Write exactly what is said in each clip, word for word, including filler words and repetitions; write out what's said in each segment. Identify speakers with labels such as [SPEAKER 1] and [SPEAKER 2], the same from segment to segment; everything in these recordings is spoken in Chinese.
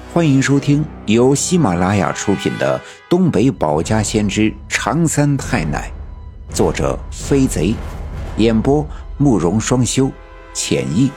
[SPEAKER 1] 欢迎收听由喜马拉雅出品的《东北保家先知长三太奶》，作者飞贼，演播慕容双修，浅意。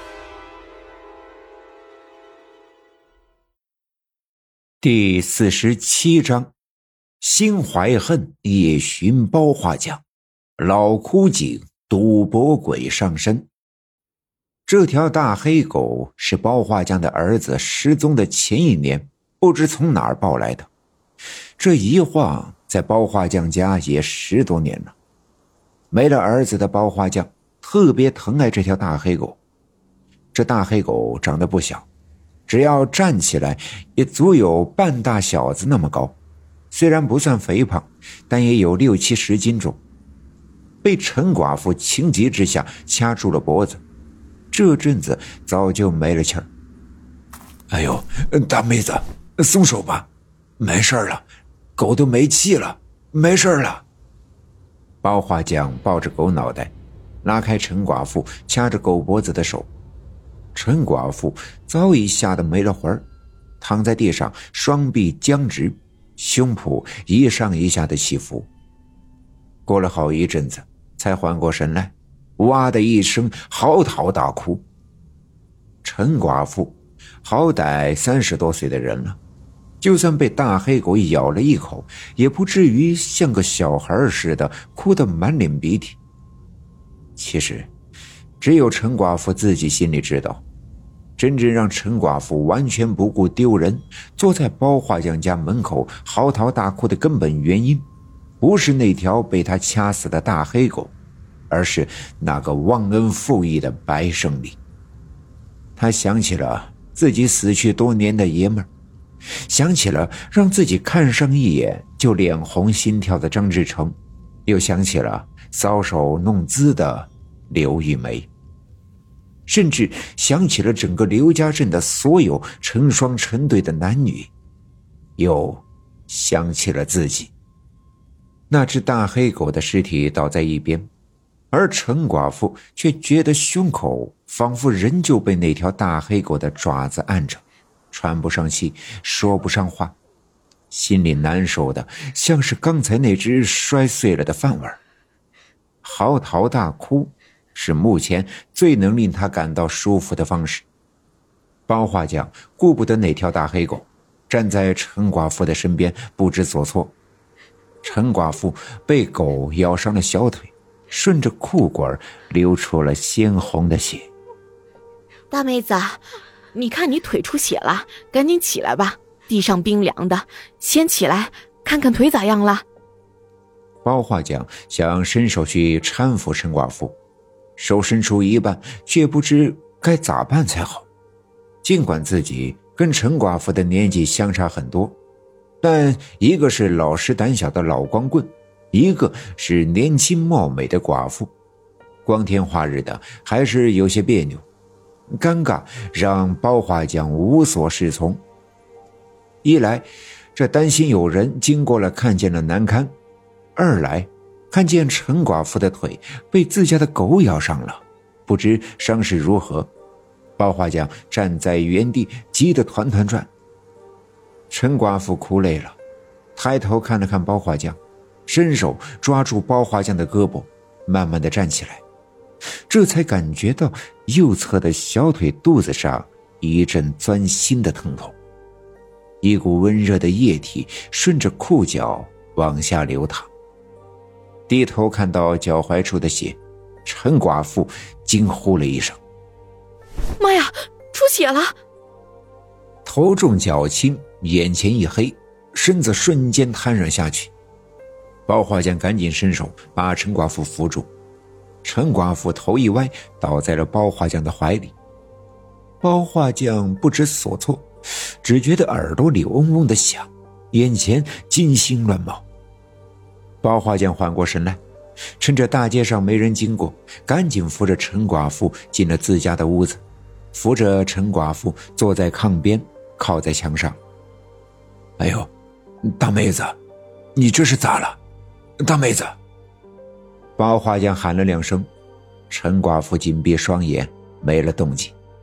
[SPEAKER 1] 第四十七章，心怀恨夜寻包花匠，老枯井赌博鬼上身。这条大黑狗是包花匠的儿子失踪的前一年不知从哪儿抱来的，这一晃在包花匠家也十多年了。没了儿子的包花匠特别疼爱这条大黑狗。这大黑狗长得不小，只要站起来也足有半大小子那么高，虽然不算肥胖，但也有六七十斤重。被陈寡妇情急之下掐住了脖子，这阵子早就没了气儿。
[SPEAKER 2] 哎呦，大妹子，松手吧，没事了，狗都没气了，没事了。
[SPEAKER 1] 包花匠抱着狗脑袋，拉开陈寡妇掐着狗脖子的手。陈寡妇早已吓得没了魂儿，躺在地上，双臂僵直，胸脯一上一下的起伏。过了好一阵子才缓过神来，哇的一声嚎啕大哭。陈寡妇好歹三十多岁的人了，就算被大黑狗咬了一口，也不至于像个小孩似的哭得满脸鼻涕。其实只有陈寡妇自己心里知道，真正让陈寡妇完全不顾丢人，坐在包花匠家门口嚎啕大哭的根本原因，不是那条被他掐死的大黑狗，而是那个忘恩负义的白胜利。他想起了自己死去多年的爷们儿，想起了让自己看上一眼就脸红心跳的张志成，又想起了搔首弄姿的刘玉梅，甚至想起了整个刘家镇的所有成双成对的男女，又想起了自己。那只大黑狗的尸体倒在一边，而陈寡妇却觉得胸口仿佛仍旧被那条大黑狗的爪子按着，喘不上气，说不上话，心里难受的像是刚才那只摔碎了的饭碗。嚎啕大哭是目前最能令他感到舒服的方式。包花匠顾不得那条大黑狗，站在陈寡妇的身边不知所措。陈寡妇被狗咬伤了小腿，顺着裤管流出了鲜红的血。
[SPEAKER 3] 大妹子，你看你腿出血了，赶紧起来吧，地上冰凉的，先起来看看腿咋样了。
[SPEAKER 1] 包花匠想伸手去搀扶陈寡妇，手伸出一半，却不知该咋办才好。尽管自己跟陈寡妇的年纪相差很多，但一个是老实胆小的老光棍，一个是年轻貌美的寡妇，光天化日的还是有些别扭，尴尬让包花匠无所适从。一来这担心有人经过了看见了难堪，二来看见陈寡妇的腿被自家的狗咬伤了，不知伤势如何，包花匠站在原地急得团团转。陈寡妇哭累了，抬头看了看包花匠，伸手抓住包花匠的胳膊，慢慢地站起来，这才感觉到右侧的小腿肚子上一阵钻心的疼痛，一股温热的液体顺着裤脚往下流淌。低头看到脚踝处的血，陈寡妇惊呼了一声：
[SPEAKER 3] 妈呀，出血了！
[SPEAKER 1] 头重脚轻，眼前一黑，身子瞬间瘫软下去。包花匠赶紧伸手把陈寡妇扶住，陈寡妇头一歪，倒在了包花匠的怀里。包花匠不知所措，只觉得耳朵里嗡嗡的响，眼前金星乱冒。包花匠缓过神来，趁着大街上没人经过，赶紧扶着陈寡妇进了自家的屋子，扶着陈寡妇坐在炕边，靠在墙上。
[SPEAKER 2] 哎呦，大妹子，你这是咋了？大妹子！
[SPEAKER 1] 包花匠喊了两声，陈寡妇紧闭双眼，没了动静。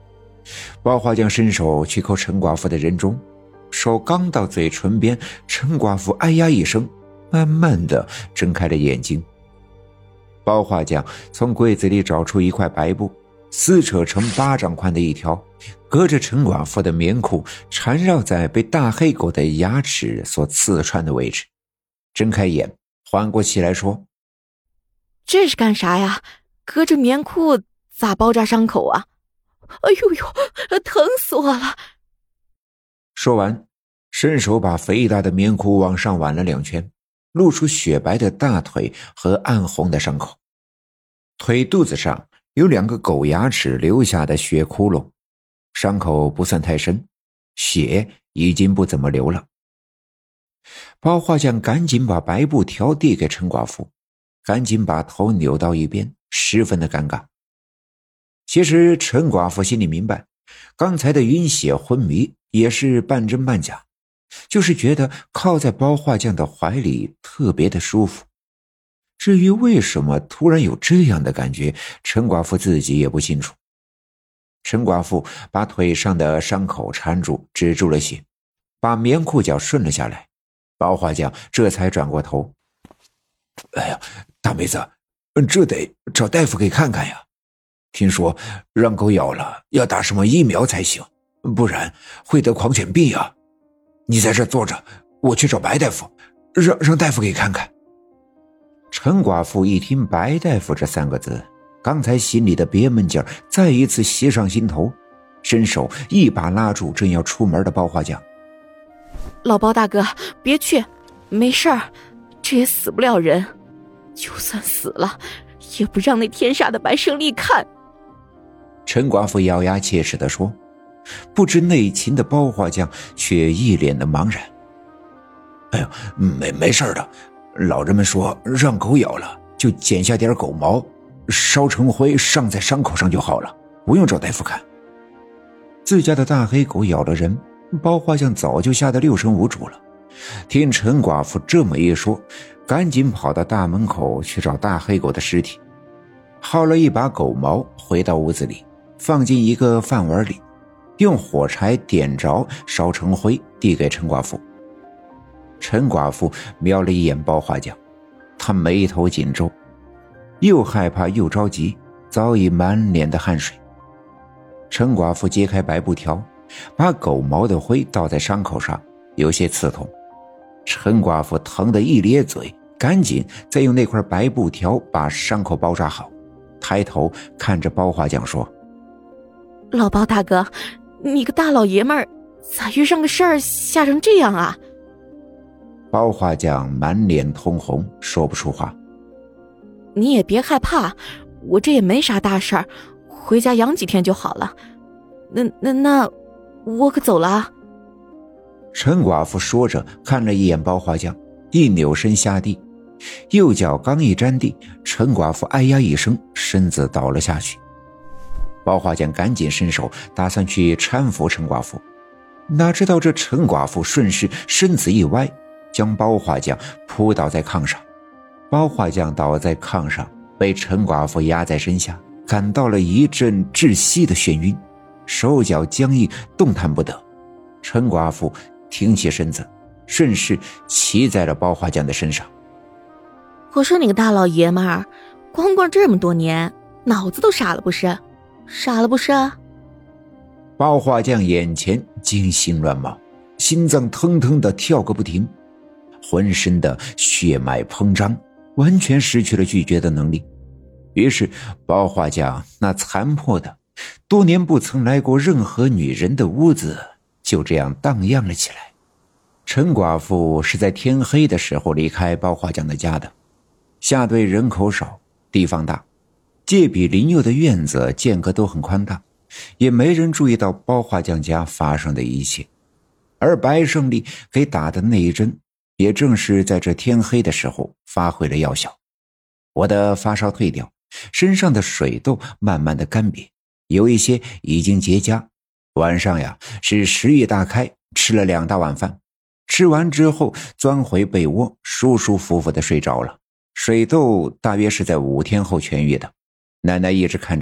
[SPEAKER 1] 包华将伸手去扣陈寡妇的人中，手刚到嘴唇边，陈寡妇哎呀一声，慢慢的睁开了眼睛。包华将从柜子里找出一块白布，撕扯成巴掌宽的一条，隔着陈寡妇的棉裤，缠绕在被大黑狗的牙齿所刺穿的位置。睁开眼，缓过气来说：
[SPEAKER 3] 这是干啥呀？隔着棉裤咋包扎伤口啊？哎呦呦，疼死我了！
[SPEAKER 1] 说完，伸手把肥大的棉裤往上挽了两圈，露出雪白的大腿和暗红的伤口。腿肚子上有两个狗牙齿留下的血窟窿，伤口不算太深，血已经不怎么流了。包画匠赶紧把白布条递给陈寡妇，赶紧把头扭到一边，十分的尴尬。其实陈寡妇心里明白，刚才的晕血昏迷也是半真半假，就是觉得靠在包画匠的怀里特别的舒服。至于为什么突然有这样的感觉，陈寡妇自己也不清楚。陈寡妇把腿上的伤口缠住，止住了血，把棉裤脚顺了下来。包画匠这才转过头：
[SPEAKER 2] 哎呀，大妹子，这得找大夫给看看呀。听说让狗咬了要打什么疫苗才行，不然会得狂犬病呀。你在这坐着，我去找白大夫，让让大夫给看看。
[SPEAKER 1] 陈寡妇一听白大夫这三个字，刚才心里的憋闷劲儿再一次袭上心头，伸手一把拉住正要出门的包画匠。
[SPEAKER 3] 老包大哥，别去，没事儿，这也死不了人，就算死了也不让那天杀的白胜利看。
[SPEAKER 1] 陈寡妇咬牙切齿地说，不知内情的包画匠却一脸的茫然。
[SPEAKER 2] 哎呦，没没事的，老人们说让狗咬了就剪下点狗毛，烧成灰上在伤口上就好了，不用找大夫看。
[SPEAKER 1] 自家的大黑狗咬了人，包画匠早就吓得六神无主了。听陈寡妇这么一说，赶紧跑到大门口去找大黑狗的尸体，薅了一把狗毛，回到屋子里，放进一个饭碗里，用火柴点着，烧成灰，递给陈寡妇。陈寡妇瞄了一眼包画匠，他眉头紧皱，又害怕又着急，早已满脸的汗水。陈寡妇揭开白布条，把狗毛的灰倒在伤口上，有些刺痛。陈寡妇疼得一咧嘴，赶紧再用那块白布条把伤口包扎好，抬头看着包画匠说：
[SPEAKER 3] 老包大哥，你个大老爷们儿，咋遇上个事儿吓成这样啊？
[SPEAKER 1] 包画匠满脸通红，说不出话。
[SPEAKER 3] 你也别害怕，我这也没啥大事儿，回家养几天就好了。那那那我可走了啊。
[SPEAKER 1] 陈寡妇说着看了一眼包画匠，一扭身下地，右脚刚一沾地，陈寡妇哎呀一声，身子倒了下去。包画匠赶紧伸手打算去搀扶陈寡妇，哪知道这陈寡妇顺势身子一歪，将包画匠扑倒在炕上。包画匠倒在炕上，被陈寡妇压在身下，感到了一阵窒息的眩晕，手脚僵硬，动弹不得。陈寡妇挺起身子，顺势骑在了包画匠的身上。
[SPEAKER 3] 我说你个大老爷们儿，光棍这么多年，脑子都傻了不是？傻了不是啊？
[SPEAKER 1] 包画匠眼前惊心乱冒，心脏腾腾的跳个不停，浑身的血脉膨胀，完全失去了拒绝的能力。于是包画匠那残破的多年不曾来过任何女人的屋子就这样荡漾了起来。陈寡妇是在天黑的时候离开包画匠的家的，下队人口少，地方大，界比邻右的院子间隔都很宽大，也没人注意到包画匠家发生的一切。而白胜利给打的那一针，也正是在这天黑的时候发挥了药效。我的发烧退掉，身上的水痘慢慢的干瘪，有一些已经结痂。晚上呀，是食欲大开，吃了两大碗饭，吃完之后钻回被窝，舒舒服服的睡着了。水痘大约是在五天后痊愈的。奶奶一直看着我，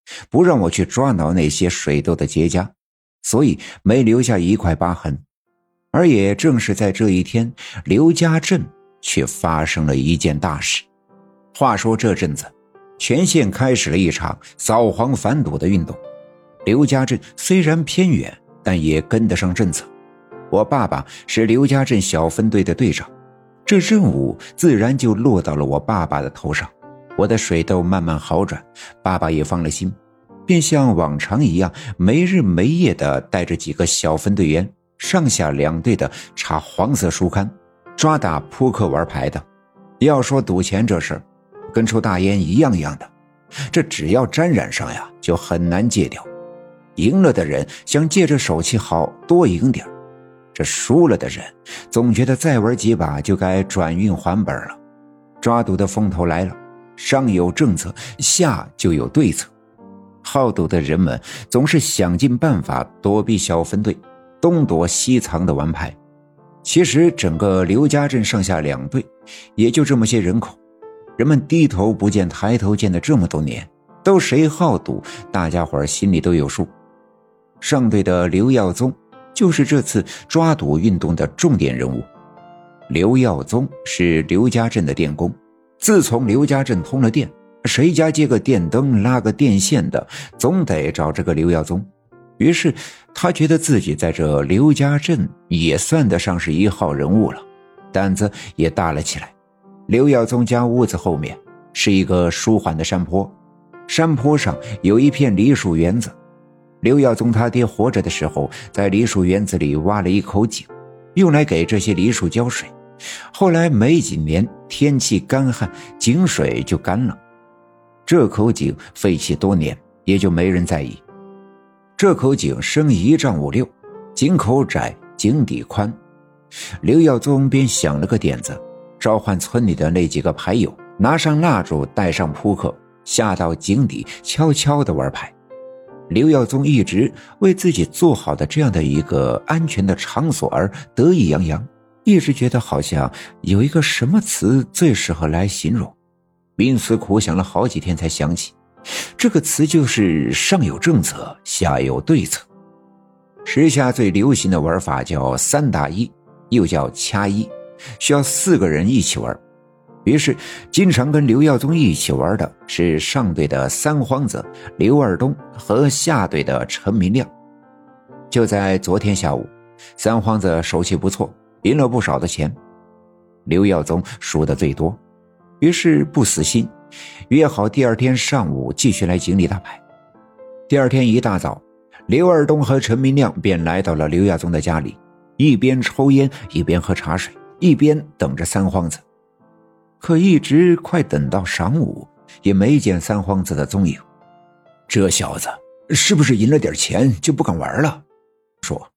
[SPEAKER 1] 不让我去抓挠那些水痘的结痂，所以没留下一块疤痕。而也正是在这一天，刘家镇却发生了一件大事。话说这阵子，全县开始了一场扫黄反赌的运动。刘家镇虽然偏远，但也跟得上政策。我爸爸是刘家镇小分队的队长，这任务自然就落到了我爸爸的头上。我的水痘慢慢好转，爸爸也放了心，便像往常一样没日没夜地带着几个小分队员上下两队的查黄色书刊，抓打扑克玩牌的。要说赌钱这事，跟抽大烟一样样的，这只要沾染上呀，就很难戒掉。赢了的人想借着手气好多赢点，这输了的人总觉得再玩几把就该转运还本了。抓赌的风头来了，上有政策，下就有对策。好赌的人们总是想尽办法躲避小分队，东躲西藏的玩牌。其实整个刘家镇上下两队也就这么些人口，人们低头不见抬头见的这么多年，都谁好赌，大家伙心里都有数。上队的刘耀宗就是这次抓赌运动的重点人物。刘耀宗是刘家镇的电工，自从刘家镇通了电，谁家接个电灯拉个电线的总得找这个刘耀宗。于是他觉得自己在这刘家镇也算得上是一号人物了，胆子也大了起来。刘耀宗家屋子后面是一个舒缓的山坡，山坡上有一片梨树园子。刘耀宗他爹活着的时候，在梨树园子里挖了一口井，用来给这些梨树浇水。后来没几年，天气干旱，井水就干了。这口井废弃多年，也就没人在意。这口井深一丈五六，井口窄，井底宽。刘耀宗便想了个点子，召唤村里的那几个牌友，拿上蜡烛，带上扑克，下到井底悄悄地玩牌。刘耀宗一直为自己做好的这样的一个安全的场所而得意洋洋，一直觉得好像有一个什么词最适合来形容。冥思苦想了好几天才想起，这个词就是上有政策，下有对策。时下最流行的玩法叫三打一，又叫掐一，需要四个人一起玩。于是经常跟刘耀宗一起玩的是上队的三皇子刘二东和下队的陈明亮。就在昨天下午，三皇子手气不错，赢了不少的钱。刘耀宗输的最多，于是不死心，约好第二天上午继续来井里打牌。第二天一大早，刘二东和陈明亮便来到了刘耀宗的家里，一边抽烟一边喝茶水，一边等着三皇子。可一直快等到晌午，也没见三皇子的踪影。
[SPEAKER 2] 这小子是不是赢了点钱就不敢玩了？说。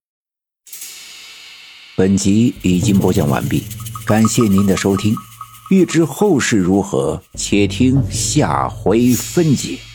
[SPEAKER 1] 本集已经播讲完毕，感谢您的收听。欲知后事如何，且听下回分解。